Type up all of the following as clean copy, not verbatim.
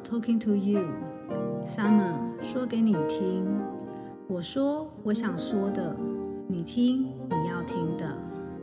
Talking to you, Summer 说给你听。我说我想说的，你听你要听的。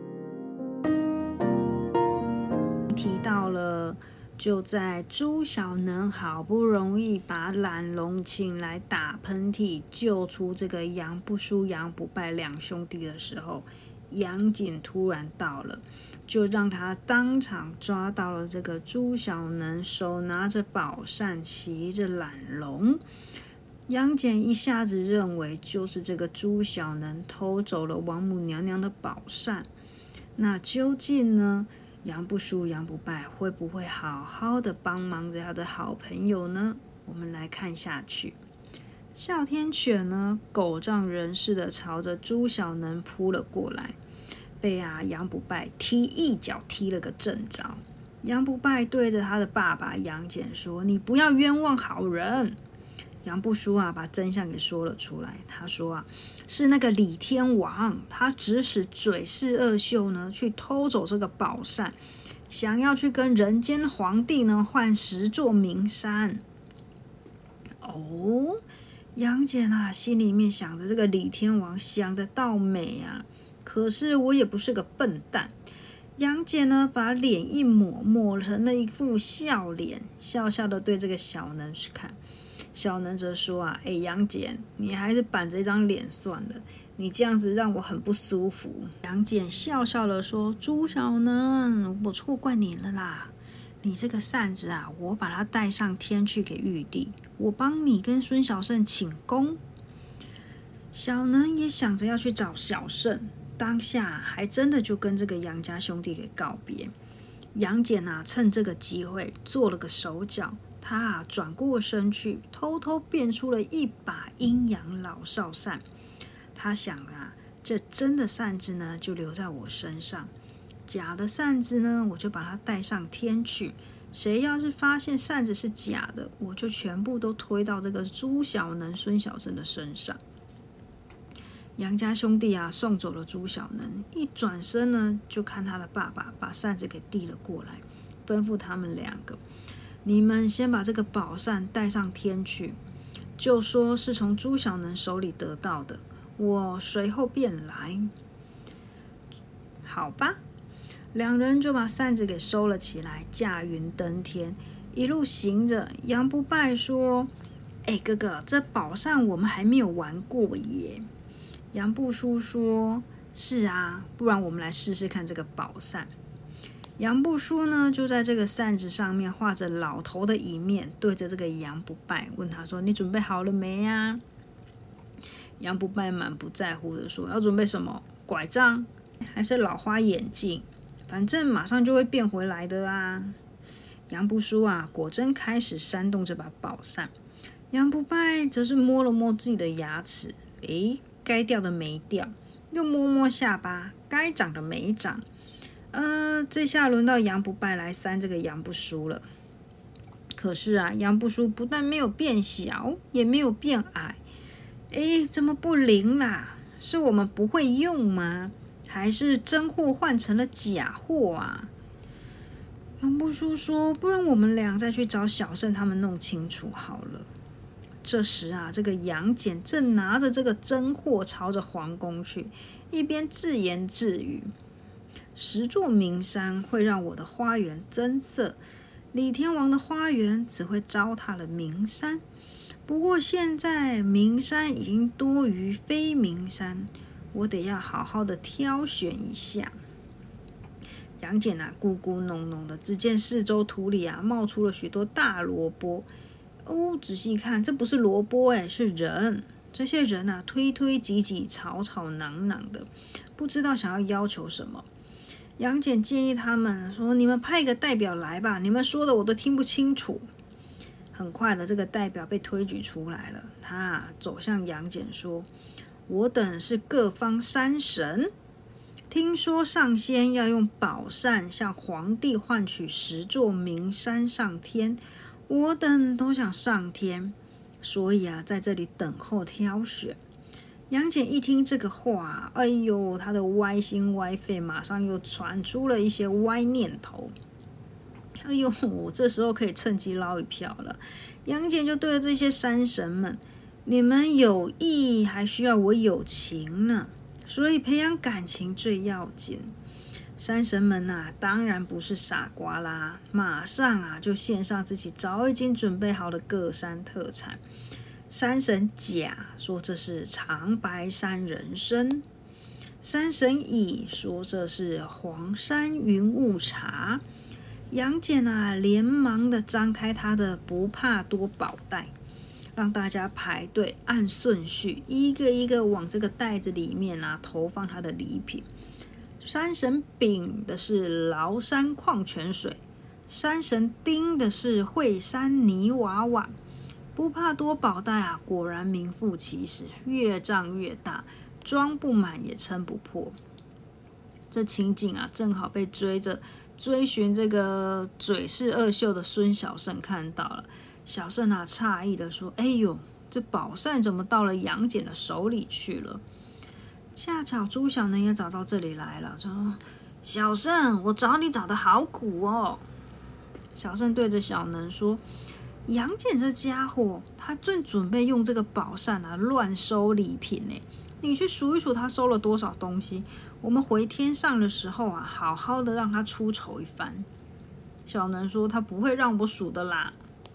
提到了，就在朱小能好不容易把懒龙请来打喷嚏，救出这个杨不输杨不败两兄弟的时候，杨戬突然到了，就让他当场抓到了这个朱小能，手拿着宝扇，骑着懒龙。杨戬一下子认为就是这个朱小能偷走了王母娘娘的宝扇。那究竟呢？杨不输杨不败会不会好好的帮忙着他的好朋友呢？我们来看下去。哮天犬呢，狗仗人势的朝着朱小能扑了过来，被杨不败一脚踢了个正着。杨不败对着他的爸爸杨戬说：“你不要冤枉好人。”杨不输把真相给说了出来。他说是那个李天王，他指使嘴氏二秀呢去偷走这个宝扇，想要去跟人间皇帝呢换10座名山。杨戬心里面想着这个李天王想得到美啊，可是我也不是个笨蛋。杨戬呢把脸一抹成了一副笑脸，笑笑的对这个小能看。小能则说杨戬，你还是板着一张脸算了，你这样子让我很不舒服。杨戬笑笑的说：“朱小能，我错怪你了啦。你这个扇子我把它带上天去给玉帝，我帮你跟孙小圣请功。”小能也想着要去找小圣，当下还真的就跟这个杨家兄弟给告别。杨戬趁这个机会做了个手脚，他转过身去，偷偷变出了一把阴阳老少扇。他想这真的扇子呢就留在我身上，假的扇子呢我就把它带上天去。谁要是发现扇子是假的，我就全部都推到这个朱小能、孙小圣的身上。杨家兄弟送走了朱小能，一转身呢就看他的爸爸把扇子给递了过来，吩咐他们两个：你们先把这个宝扇带上天去，就说是从朱小能手里得到的，我随后便来。好吧，两人就把扇子给收了起来，驾云登天，一路行着。杨不败说：“哥哥，这宝扇我们还没有玩过耶。”杨不输说：“是不然我们来试试看这个宝扇。”杨不输呢，就在这个扇子上面画着老头的一面，对着这个杨不败问他说：“你准备好了没呀？”杨不败满不在乎的说：“要准备什么？拐杖还是老花眼镜？反正马上就会变回来的啊。”杨不输果真开始扇动这把宝扇。杨不败则是摸了摸自己的牙齿，该掉的没掉，又摸摸下巴，该长的没长。这下轮到杨不败来扇这个杨不输了。可是杨不输不但没有变小，也没有变矮。怎么不灵啦？是我们不会用吗？还是真货换成了假货啊？杨不输说：“不然我们俩再去找小圣他们弄清楚好了。”这时这个杨戬正拿着这个真货朝着皇宫去，一边自言自语：“10座名山会让我的花园增色，李天王的花园只会糟蹋了名山。不过现在名山已经多于非名山，我得要好好的挑选一下。”杨戬咕咕哝哝的，只见四周土里冒出了许多大萝卜。仔细看，这不是萝卜是人。这些人推推挤挤，吵吵嚷嚷的，不知道想要求什么。杨戬建议他们说：“你们派一个代表来吧，你们说的我都听不清楚。”很快的，这个代表被推举出来了。他走向杨戬说：“我等是各方山神，听说上仙要用宝扇向皇帝换取10座名山上天，我等都想上天，所以在这里等候挑选。”杨戬一听这个话，他的歪心歪肺马上又传出了一些歪念头。 哎呦，我这时候可以趁机捞一票了。杨戬就对着这些山神们，你们有义还需要我有情呢，所以培养感情最要紧。山神们当然不是傻瓜啦，马上就献上自己早已经准备好的各山特产。山神甲说这是长白山人参，山神乙说这是黄山云雾茶。杨戬连忙的张开他的不怕多宝袋，让大家排队按顺序一个一个往这个袋子里面投放他的礼品。山神丙的是崂山矿泉水，山神丁的是惠山泥娃娃。不怕多宝袋果然名副其实，越胀越大，装不满也撑不破。这情景正好被追寻这个嘴是二秀的孙小胜看到了。小胜诧异的说：“哎呦，这宝扇怎么到了杨戬的手里去了？”恰巧朱小能也找到这里来了，说：“小胜，我找你找得好苦哦。”小胜对着小能说：“杨戬这家伙，他正准备用这个宝扇乱收礼品呢。你去数一数他收了多少东西，我们回天上的时候好好的让他出丑一番。”小能说：“他不会让我数的啦。”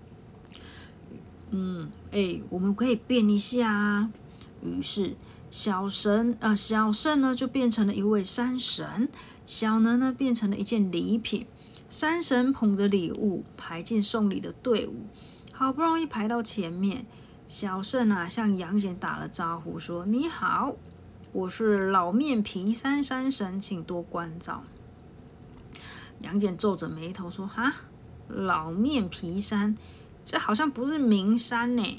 我们可以变一下啊。于是小胜呢就变成了一位山神，小能呢变成了一件礼品。山神捧着礼物排进送礼的队伍，好不容易排到前面。小胜向杨戬打了招呼说：“你好，我是老面皮山山神，请多关照。”杨戬皱着眉头说：“哈，老面皮山，这好像不是名山呢。”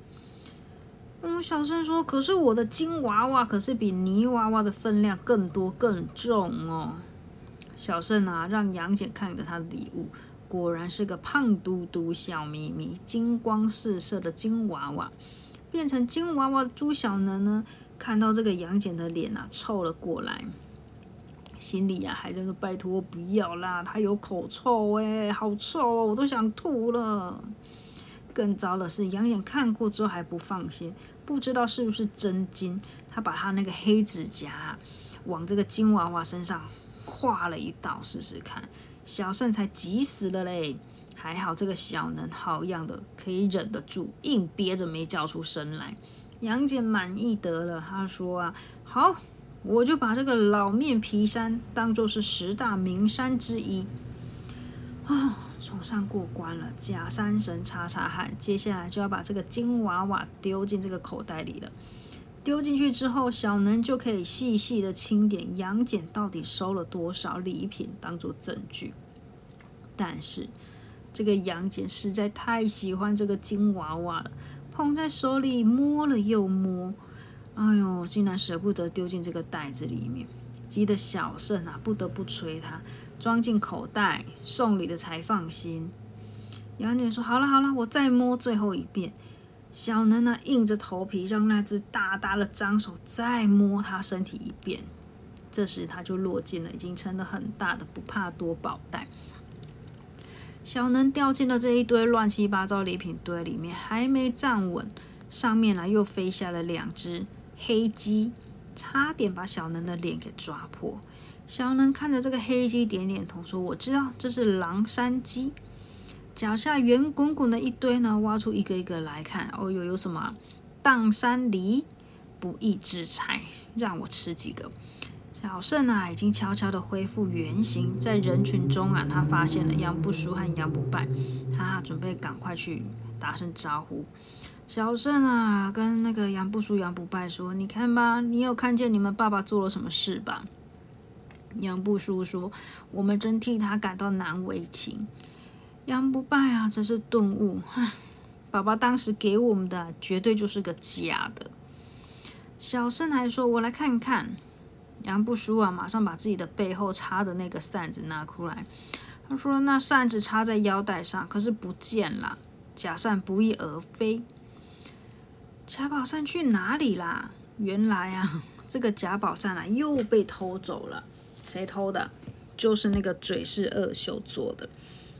小胜说：“可是我的金娃娃可是比泥娃娃的分量更多更重哦。”小胜让杨戬看着他的礼物，果然是个胖嘟嘟、笑眯眯、金光四射的金娃娃。变成金娃娃的朱小能呢，看到这个杨戬的脸凑了过来，心里还在说：“拜托不要啦，他有口臭好臭哦，我都想吐了。”更糟的是，杨戬看过之后还不放心，不知道是不是真金，他把他那个黑指甲往这个金娃娃身上划了一道试试看。小胜才急死了嘞，还好这个小能好样的，可以忍得住，硬憋着没叫出声来。杨戬满意得了，他说：“好，我就把这个老面皮山当作是10大名山之一。”总算过关了，假山神擦擦汗，接下来就要把这个金娃娃丢进这个口袋里了。丢进去之后，小能就可以细细的清点杨戬到底收了多少礼品，当做证据。但是这个杨戬实在太喜欢这个金娃娃了，捧在手里摸了又摸，竟然舍不得丢进这个袋子里面，急得小胜不得不催他装进口袋，送礼的才放心。杨戬说：“好了，我再摸最后一遍。”小能硬着头皮让那只大大的脏手再摸他身体一遍。这时他就落进了已经撑得很大的不怕多宝袋。小能掉进了这一堆乱七八糟礼品堆里面，还没站稳，上面又飞下了2只黑鸡，差点把小能的脸给抓破。小能看着这个黑鸡点点头说：“我知道，这是狼山鸡。”脚下圆滚滚的一堆挖出一个一个来看。有什么砀山梨，不义之财，让我吃几个。小胜已经悄悄的恢复原形，在人群中他发现了杨不输和杨不败，他准备赶快去打声招呼。小胜跟那个杨不输杨不败说：“你看吧，你有看见你们爸爸做了什么事吧？”杨不输说：“我们真替他感到难为情。”杨不败真是顿悟，爸爸当时给我们的绝对就是个假的。小胜还说：“我来看看。”杨不输马上把自己的背后插的那个扇子拿出来，他说：“那扇子插在腰带上，可是不见了，假扇不翼而飞。”假宝扇去哪里啦？原来这个假宝扇又被偷走了。谁偷的？就是那个嘴是二秀做的。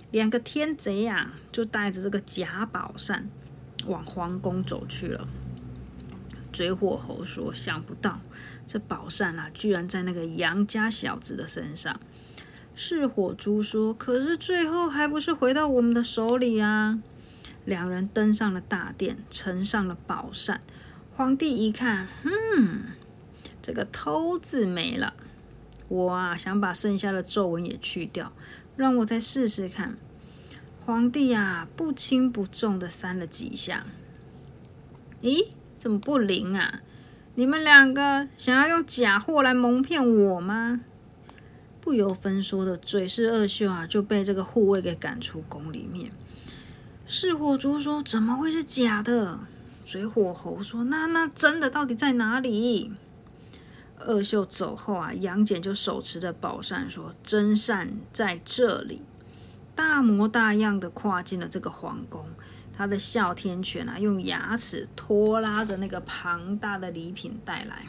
两个天贼啊，就带着这个假宝扇往皇宫走去了。追火猴说：“想不到这宝扇啊，居然在那个杨家小子的身上。”是火猪说：“可是最后还不是回到我们的手里啊！”两人登上了大殿，呈上了宝扇。皇帝一看，这个偷字没了。我啊，想把剩下的皱纹也去掉，让我再试试看。皇帝啊，不轻不重的扇了几下。咦，怎么不灵啊？你们两个想要用假货来蒙骗我吗？不由分说的嘴是二秀啊，就被这个护卫给赶出宫里面。是火猪说：“怎么会是假的？”追火猴说：“那真的到底在哪里？”二秀走后啊，杨戬就手持着宝扇说：“真善在这里。”大模大样的跨进了这个皇宫。他的哮天犬啊，用牙齿拖拉着那个庞大的礼品带来。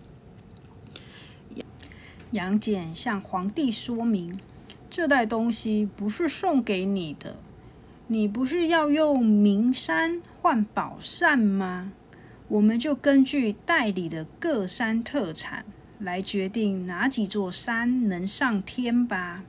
杨戬向皇帝说明：“这袋东西不是送给你的。你不是要用名山换宝扇吗？我们就根据代理的各山特产来决定哪几座山能上天吧。”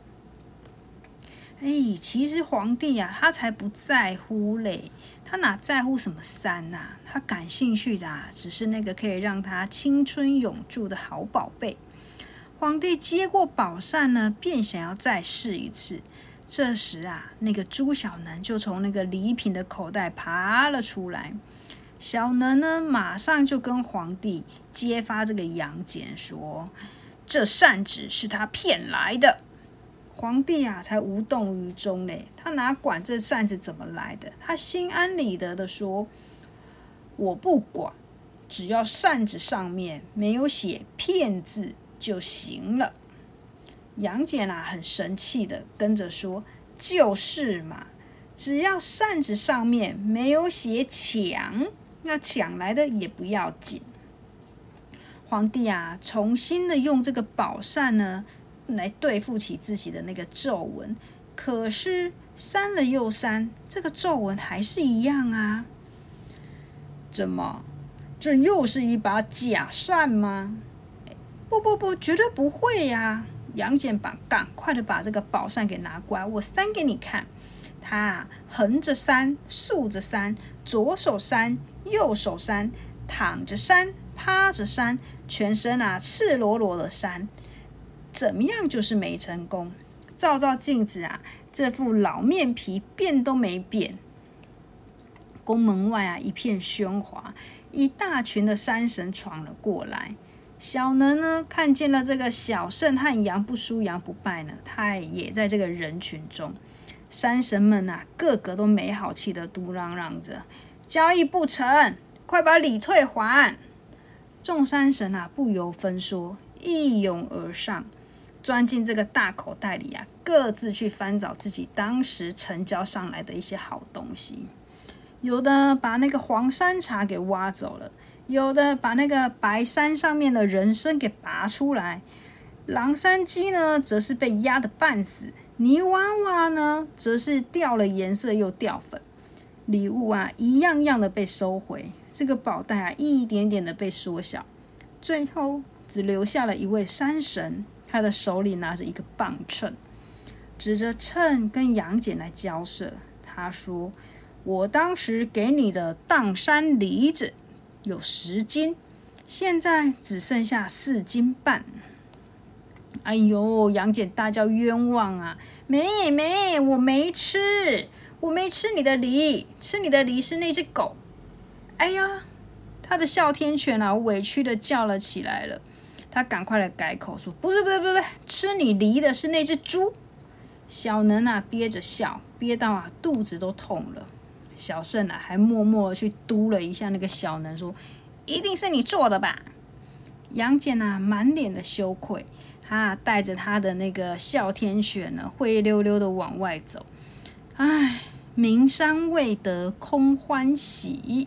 其实皇帝啊，他才不在乎嘞，他哪在乎什么山啊？他感兴趣的只是那个可以让他青春永驻的好宝贝。皇帝接过宝扇呢，便想要再试一次。这时啊，那个朱小能就从那个礼品的口袋爬了出来。小能呢，马上就跟皇帝揭发这个杨戬说：“这扇子是他骗来的。”皇帝啊，才无动于衷嘞，他哪管这扇子怎么来的？他心安理得的说：“我不管，只要扇子上面没有写骗字就行了。”杨戬啊，很生气的跟着说：“就是嘛，只要扇子上面没有写抢，那抢来的也不要紧。”皇帝啊，重新的用这个宝扇呢，来对付起自己的那个皱纹，可是扇了又扇，这个皱纹还是一样啊。怎么，这又是一把假扇吗？不，绝对不会呀！杨戬赶快的把这个宝扇给拿过来，我扇给你看。他横着扇，竖着扇，左手扇，右手扇，躺着扇，趴着扇，全身啊赤裸裸的扇，怎么样就是没成功。照镜子啊，这副老面皮变都没变。宫门外啊，一片喧哗，一大群的山神闯了过来。小能呢，看见了这个小圣和杨不输杨不败呢，他也在这个人群中。山神们啊，个个都没好气的嘟嚷嚷着：“交易不成，快把礼退还！”众山神啊，不由分说，一拥而上，钻进这个大口袋里啊，各自去翻找自己当时成交上来的一些好东西。有的把那个黄山茶给挖走了，有的把那个白山上面的人参给拔出来，狼山鸡呢，则是被压得半死，泥娃娃呢，则是掉了颜色又掉粉。礼物啊，一样样的被收回，这个宝袋啊，一点点的被缩小，最后只留下了一位山神，他的手里拿着一个磅秤，指着秤跟杨戬来交涉。他说：“我当时给你的砀山梨子有10斤，现在只剩下4斤半。”哎呦，杨戬大叫冤枉啊！没，我没吃你的梨，吃你的梨是那只狗。哎呀，他的哮天犬啊，委屈的叫了起来了。他赶快来改口说：“不是，吃你梨的是那只猪。”小能啊，憋着笑，憋到啊肚子都痛了。小圣啊，还默默的去嘟了一下那个小能，说：“一定是你做的吧？”杨戬啊，满脸的羞愧，他带着他的那个哮天犬呢，灰溜溜的往外走。唉，名山未得空欢喜。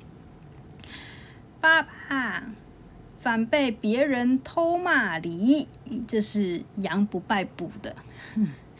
爸爸反被别人偷骂梨，这是杨不败补的。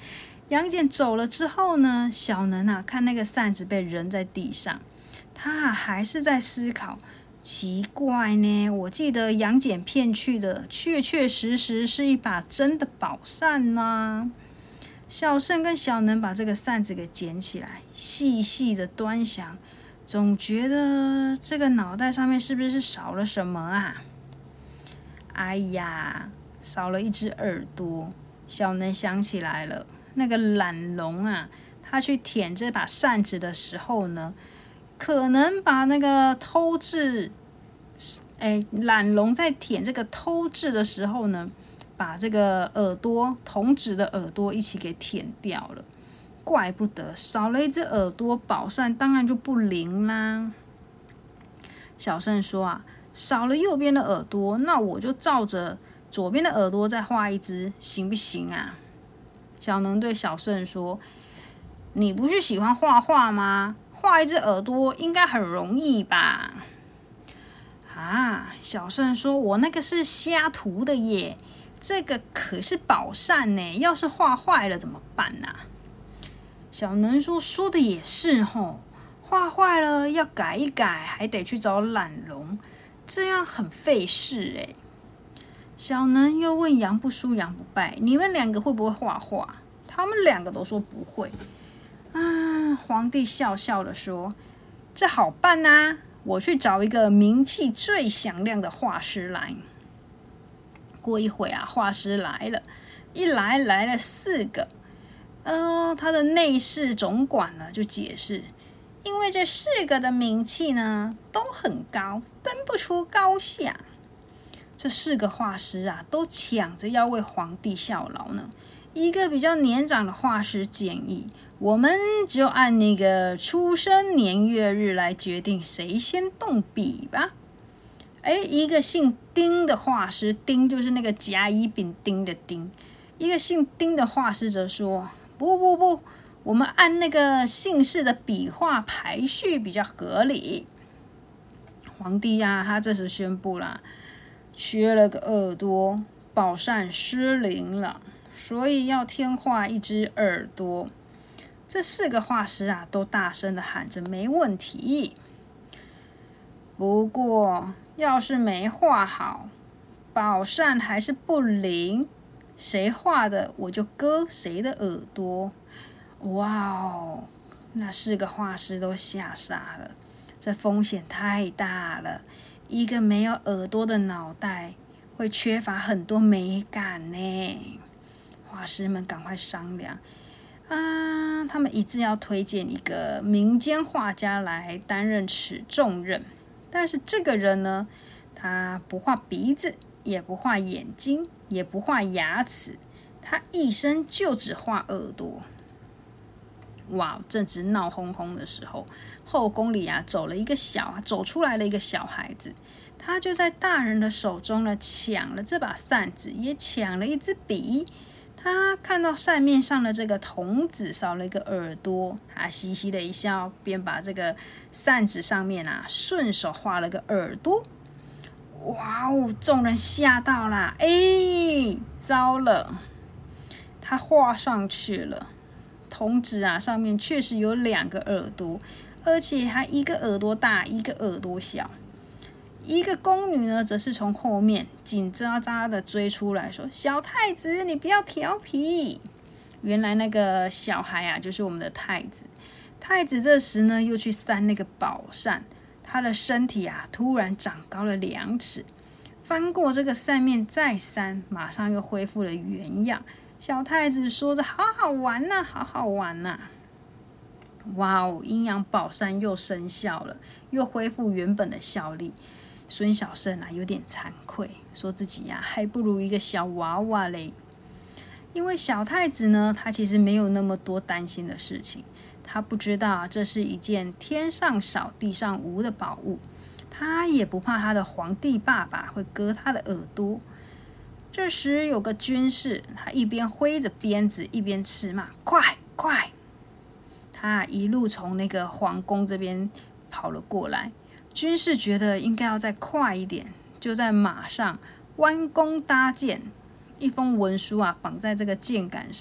杨戬走了之后呢，小能啊看那个扇子被扔在地上，他还是在思考，奇怪呢，我记得杨戬骗去的确确实实是一把真的宝扇啊。小圣跟小能把这个扇子给捡起来，细细的端详，总觉得这个脑袋上面是不是少了什么啊？哎呀，少了一只耳朵。小能想起来了，那个懒龙啊，他去舔这把扇子的时候呢，可能把那个偷制，懒龙在舔这个偷制的时候呢，把这个耳朵，童子的耳朵一起给舔掉了。怪不得少了一只耳朵，宝扇当然就不灵啦。小圣说啊，少了右边的耳朵，那我就照着左边的耳朵再画一只，行不行啊？小能对小圣说：“你不是喜欢画画吗？画一只耳朵应该很容易吧？”啊，小圣说：“我那个是瞎涂的耶，这个可是宝扇呢，要是画坏了怎么办啊？”小能说：“说的也是吼，画坏了要改一改，还得去找懒龙，这样很费事哎。”小能又问杨不输杨不败：“你们两个会不会画画？”他们两个都说不会。皇帝笑笑的说：“这好办啊，我去找一个名气最响亮的画师来。”过一会啊，画师来了，来了4个。他的内侍总管呢就解释，因为这4个的名气呢都很高，分不出高下。这4个画师啊，都抢着要为皇帝效劳呢。一个比较年长的画师建议，我们就按那个出生年月日来决定谁先动笔吧。一个姓丁的画师，丁就是那个甲乙丙丁的丁，一个姓丁的画师则说，不，我们按那个姓氏的笔画排序比较合理。皇帝啊，他这时宣布啦，缺了个耳朵，宝扇失灵了，所以要添画一只耳朵。这4个画师啊，都大声的喊着没问题。不过，要是没画好，宝扇还是不灵，谁画的我就割谁的耳朵。哇哦，那4个画师都吓傻了，这风险太大了。一个没有耳朵的脑袋会缺乏很多美感呢。画师们赶快商量啊，他们一致要推荐一个民间画家来担任此重任。但是这个人呢，他不画鼻子，也不画眼睛，也不画牙齿，他一生就只画耳朵。哇，正值闹哄哄的时候，后宫里啊走出来了一个小孩子，他就在大人的手中呢抢了这把扇子，也抢了一支笔。他看到扇面上的这个童子少了一个耳朵，他嘻嘻的一笑，便把这个扇子上面啊顺手画了个耳朵。哇哦，众人吓到啦！糟了，他画上去了。童子啊上面确实有2个耳朵，而且还一个耳朵大，一个耳朵小。一个宫女呢，则是从后面紧扎扎的追出来说：“小太子，你不要调皮。”原来那个小孩啊，就是我们的太子。太子这时呢，又去扇那个宝扇，他的身体啊，突然长高了2尺，翻过这个扇面再扇，马上又恢复了原样。小太子说着：“好好玩呐，好好玩呐！”哇哦，阴阳宝扇又生效了，又恢复原本的效力。孙小圣啊，有点惭愧，说自己呀，还不如一个小娃娃嘞。因为小太子呢，他其实没有那么多担心的事情，他不知道这是一件天上少地上无的宝物，他也不怕他的皇帝爸爸会割他的耳朵。这时有个军士，他一边挥着鞭子，一边斥骂：“快！”他一路从那个皇宫这边跑了过来。军士觉得应该要再快一点，就在马上弯弓搭箭，一封文书啊绑在这个箭杆上，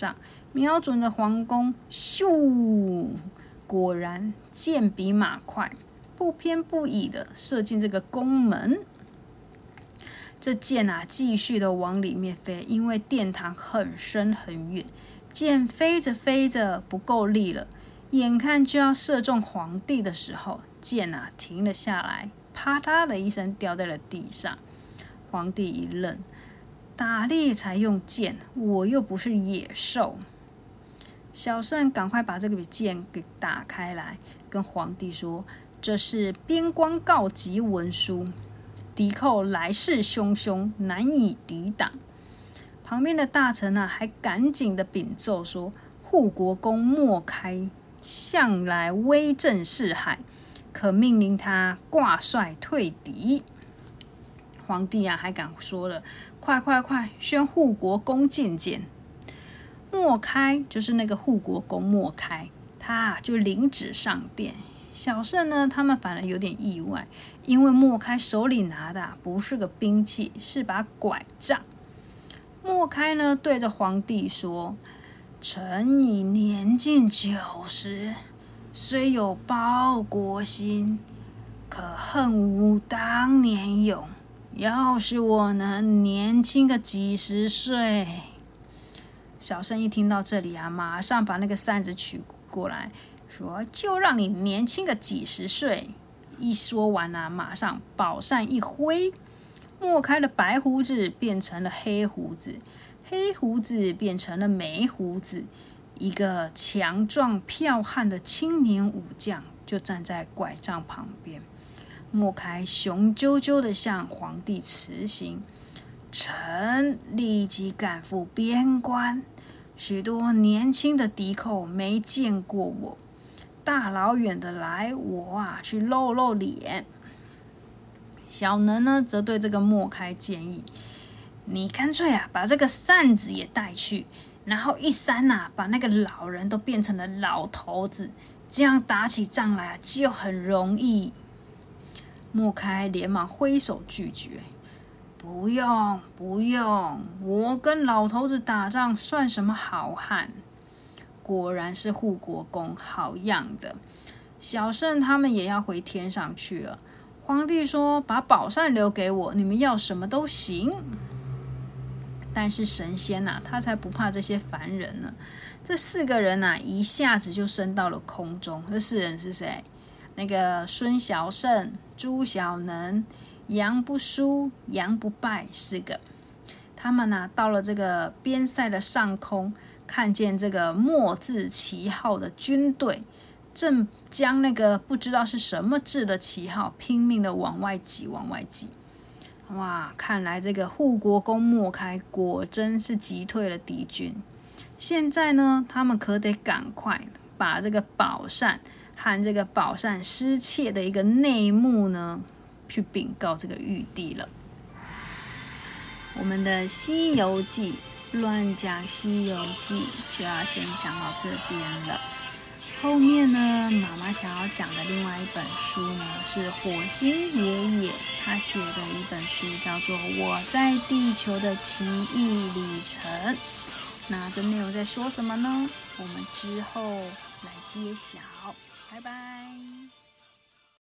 瞄准着皇宫，咻！果然箭比马快，不偏不倚的射进这个宫门。这箭啊，继续的往里面飞，因为殿堂很深很远，箭飞着飞着不够力了，眼看就要射中皇帝的时候，箭啊停了下来，啪嗒的一声掉在了地上。皇帝一愣，打猎才用箭，我又不是野兽。小圣赶快把这个箭给打开来，跟皇帝说：“这是边关告急文书，敌寇来势汹汹，难以抵挡。”旁边的大臣啊，还赶紧的禀奏说：“护国公莫开向来威震四海，可命令他挂帅退敌。”皇帝啊，还敢说了：“快快快，宣护国公觐见！”莫开就是那个护国公莫开，他就领旨上殿。小圣呢，他们反而有点意外，因为莫开手里拿的不是个兵器，是把拐杖。莫开呢，对着皇帝说：“臣已年近90，虽有报国心，可恨无当年勇。要是我能年轻个几十岁。”小圣一听到这里啊，马上把那个扇子取过来，说：“就让你年轻个几十岁。”一说完啊，马上宝扇一挥，莫开的白胡子变成了黑胡子，黑胡子变成了没胡子，一个强壮剽悍的青年武将就站在拐杖旁边。莫开雄赳赳地向皇帝辞行：“臣立即赶赴边关，许多年轻的敌寇没见过我，大老远的来，我去露露脸。”小能呢，则对这个莫开建议：“你干脆把这个扇子也带去，然后一扇把那个老人都变成了老头子，这样打起仗来就很容易。”莫开连忙挥手拒绝：“不用，不用，我跟老头子打仗算什么好汉？”果然是护国公，好样的！小圣他们也要回天上去了。皇帝说：“把宝扇留给我，你们要什么都行。”但是神仙他才不怕这些凡人呢。这4个人一下子就升到了空中。这4人是谁？那个孙小圣、朱小能、杨不输、杨不败4个。他们到了这个边塞的上空，看见这个墨字旗号的军队正将那个不知道是什么字的旗号拼命的往外挤。哇，看来这个护国公莫开果真是击退了敌军。现在呢，他们可得赶快把这个宝扇和这个宝扇失窃的一个内幕呢，去禀告这个玉帝了。我们的《西游记》乱讲《西游记》就要先讲到这边了。后面呢，妈妈想要讲的另外一本书呢，是火星爷爷他写的一本书，叫做《我在地球的奇异旅程》。那这内容在说什么呢？我们之后来揭晓。拜拜。